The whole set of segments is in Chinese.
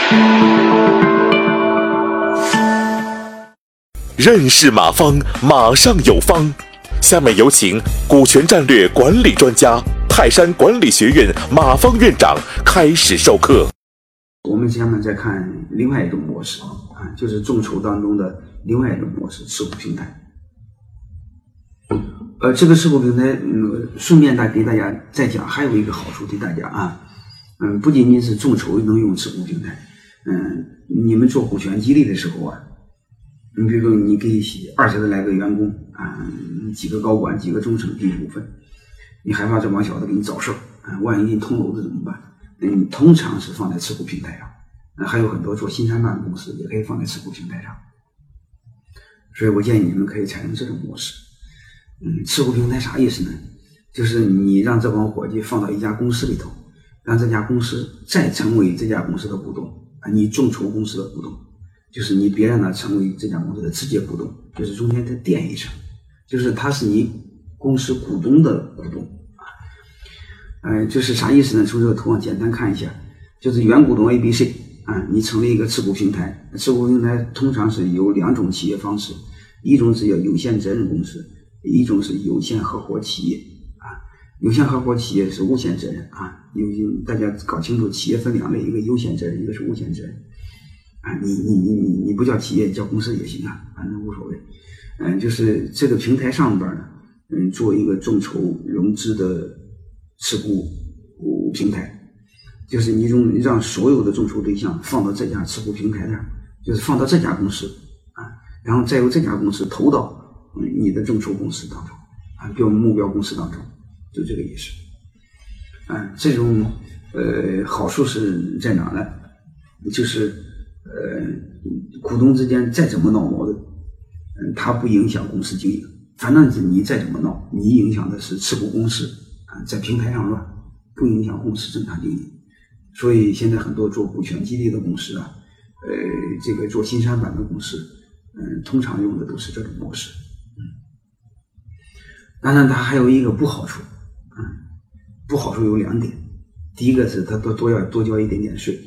认识马方，马上有方。下面有请股权战略管理专家、泰山管理学院马方院长开始授课。 我们下面再看另外一种模式就是众筹当中的另外一种模式，持股平台。这个持股平台，顺便给大家再讲，还有一个好处对大家不仅仅是众筹能用持股平台，你们做股权激励的时候你比如说你给20来个员工几个高管几个中层给股份，你害怕这帮小子给你找事万一给你捅娄子怎么办？你通常是放在持股平台上，还有很多做新三板公司也可以放在持股平台上，所以我建议你们可以采用这种模式。持股平台啥意思呢？就是你让这帮伙计放到一家公司里头，让这家公司再成为这家公司的股东你众筹公司的股东，就是你别让他成为这家公司的直接股东，就是中间再垫一层，就是他是你公司股东的股东就是啥意思呢？从这个图上简单看一下，就是原股东 ABC 你成立一个持股平台，持股平台通常是有2种企业方式，一种是叫有限责任公司，一种是有限合伙企业有限合伙企业是无限责任大家搞清楚，企业分2类，一个有限责任，一个是无限责任你不叫企业叫公司也行反正无所谓就是这个平台上边呢做一个众筹融资的持股平台，就是你让所有的众筹对象放到这家持股平台上，就是放到这家公司然后再由这家公司投到你的众筹公司当中目标公司当中，就这个意思这种好处是在哪呢？就是股东之间再怎么闹矛盾它不影响公司经营，反正你再怎么闹，你影响的是持股公司在平台上乱，不影响公司正常经营。所以现在很多做股权激励的公司这个做新三板的公司通常用的都是这种模式当然它还有一个不好处不好处有2点。第一个是它要多交一点点税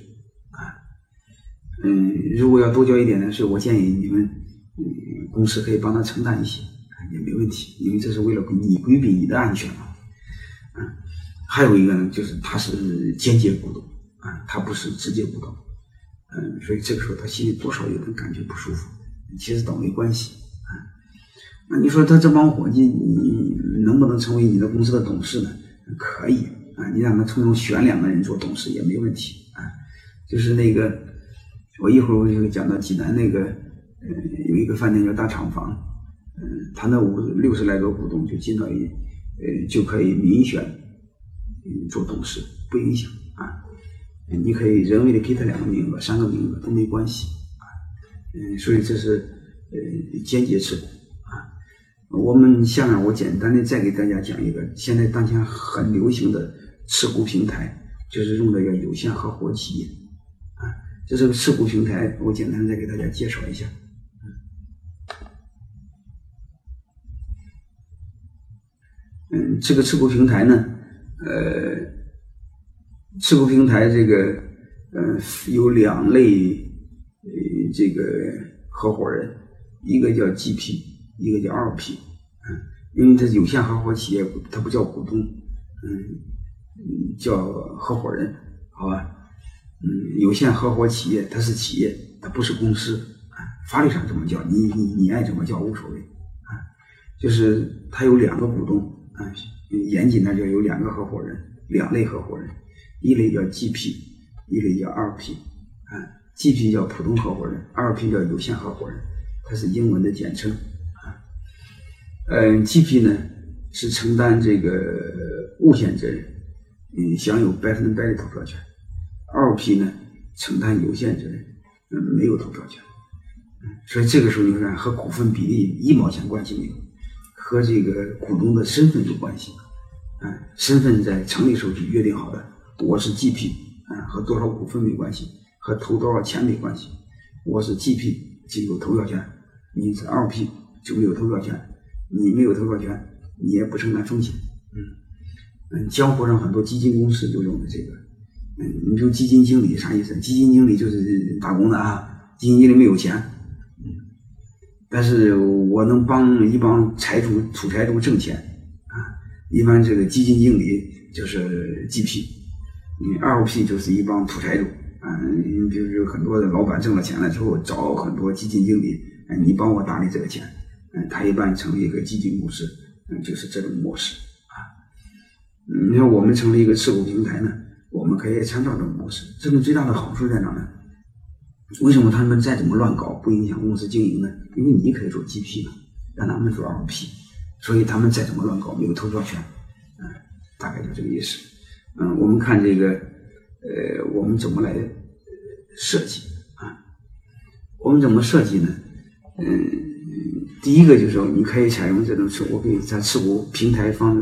如果要多交一点点税，我建议你们公司可以帮他承担一些也没问题，因为这是为了你规避你的安全还有一个呢，就是他是间接股东他不是直接股东所以这个时候他心里多少有点感觉不舒服，其实倒没关系那你说他这帮伙计你能不能成为你的公司的董事呢？可以你让他从中选2个人做董事也没问题就是那个我一会儿就讲到济南那个有一个饭店叫大厂房他那60来个股东就进到就可以民选做董事，不影响你可以人为的给他2个名额3个名额都没关系所以这是间接持股我们下面我简单的再给大家讲一个现在当前很流行的持股平台，就是用的叫有限合伙企业这是个持股平台，我简单再给大家介绍一下这个持股平台呢持股平台这个有2类这个合伙人，一个叫 GP， 一个叫 LP 因为它有限合伙企业它不叫股东叫合伙人好吧有限合伙企业它是企业，它不是公司法律上这么叫，你爱怎么叫无所谓就是它有2个股东严谨的叫有2个合伙人，2类合伙人，一类叫 GP， 一类叫 LP GP 叫普通合伙人， LP 叫有限合伙人，它是英文的简称GP 呢是承担这个无限责任享有100%投票权，LP 呢承担有限责任没有投票权所以这个时候你看和股份比例1毛钱关系没有，和这个股东的身份有关系身份在成立时候就约定好的，我是 GP和多少股份没关系，和投多少钱没关系，我是 GP 就有投票权，你是 LP 就没有投票权，你没有投票权你也不承担风险江湖上很多基金公司就用的这个你说基金经理啥意思？基金经理就是打工的啊，基金经理没有钱，但是我能帮一帮土财主挣钱啊。一般这个基金经理就是 GP，2P 就是一帮土财主啊。你比如很多的老板挣了钱了之后，找很多基金经理，你帮我打理这个钱，他一般成立一个基金公司，就是这种模式啊。你说我们成立一个持股平台呢，我们可以参照这种模式。这种最大的好处在哪呢？为什么他们再怎么乱搞不影响公司经营呢？因为你可以做 GP 嘛，让他们做 2P， 所以他们再怎么乱搞没有投票权，大概就这个意思。我们看这个我们怎么来设计啊？我们怎么设计呢？第一个就是说，你可以采用这种我给在持股平台方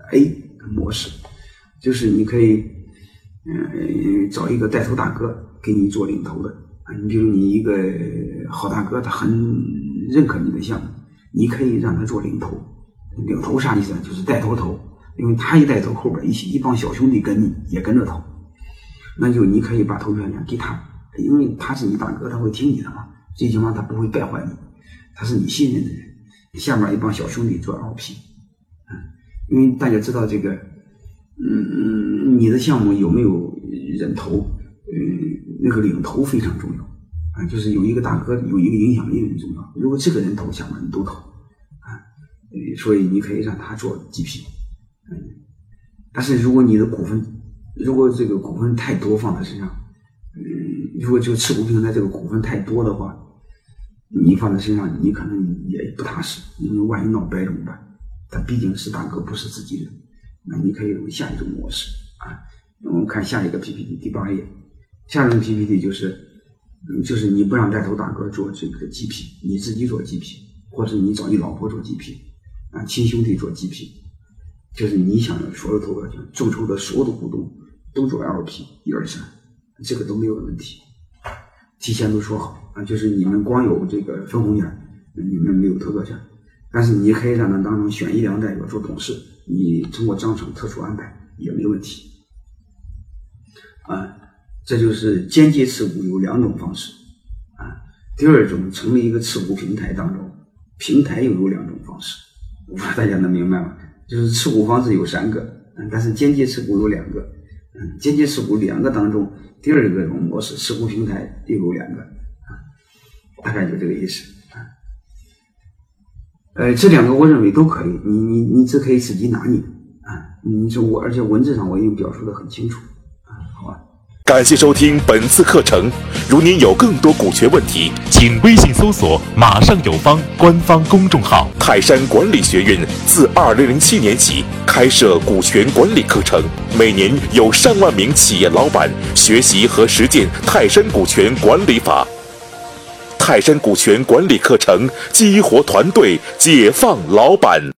A 模式，就是你可以找一个带头大哥给你做领头的啊。你比如你一个好大哥，他很认可你的项目，你可以让他做领头。领头啥意思呢？就是带头投，因为他一带头，后边一帮小兄弟跟你也跟着投，那就你可以把投票权给他，因为他是你大哥，他会听你的嘛，最起码他不会败坏你，他是你信任的人。下面一帮小兄弟做 LP，因为大家知道这个，你的项目有没有人投，那个领头非常重要啊，就是有一个大哥有一个影响力很重要。如果这个人投，下面人都投啊，所以你可以让他做 GP，但是如果你的如果这个股份太多放在身上，如果就持股平台这个股份太多的话，你放在身上，你可能也不踏实，因为万一闹掰怎么办？他毕竟是大哥，不是自己人。那你可以用下一种模式啊。我们看下一个 PPT 第8页，下一种 PPT 就是你不让带头大哥做这个 GP， 你自己做 GP， 或者你找你老婆做 GP 啊，亲兄弟做 GP， 就是你想要所有投票权，众筹的所有的股东都做 LP， 1、2、3，这个都没有问题。提前都说好啊，就是你们光有这个分红权，你们没有投票权，但是你可以让他当中选1、2代表做董事，你通过章程特殊安排也没问题啊。这就是间接持股有2种方式啊。第二种，成立一个持股平台当中，平台又有2种方式，我不知道大家能明白吗？就是持股方式有3个，但是间接持股有2个，间接持股2个当中，第二个模式持股平台又有2个啊，大概就这个意思啊。这2个我认为都可以，你只可以自己拿捏啊。你说而且文字上我已经表述得很清楚啊，好吧。 感谢收听本次课程。如您有更多股权问题，请微信搜索“马上有方”官方公众号。泰山管理学院自2007年起开设股权管理课程，每年有上万名企业老板学习和实践泰山股权管理法。泰山股权管理课程激活团队，解放老板。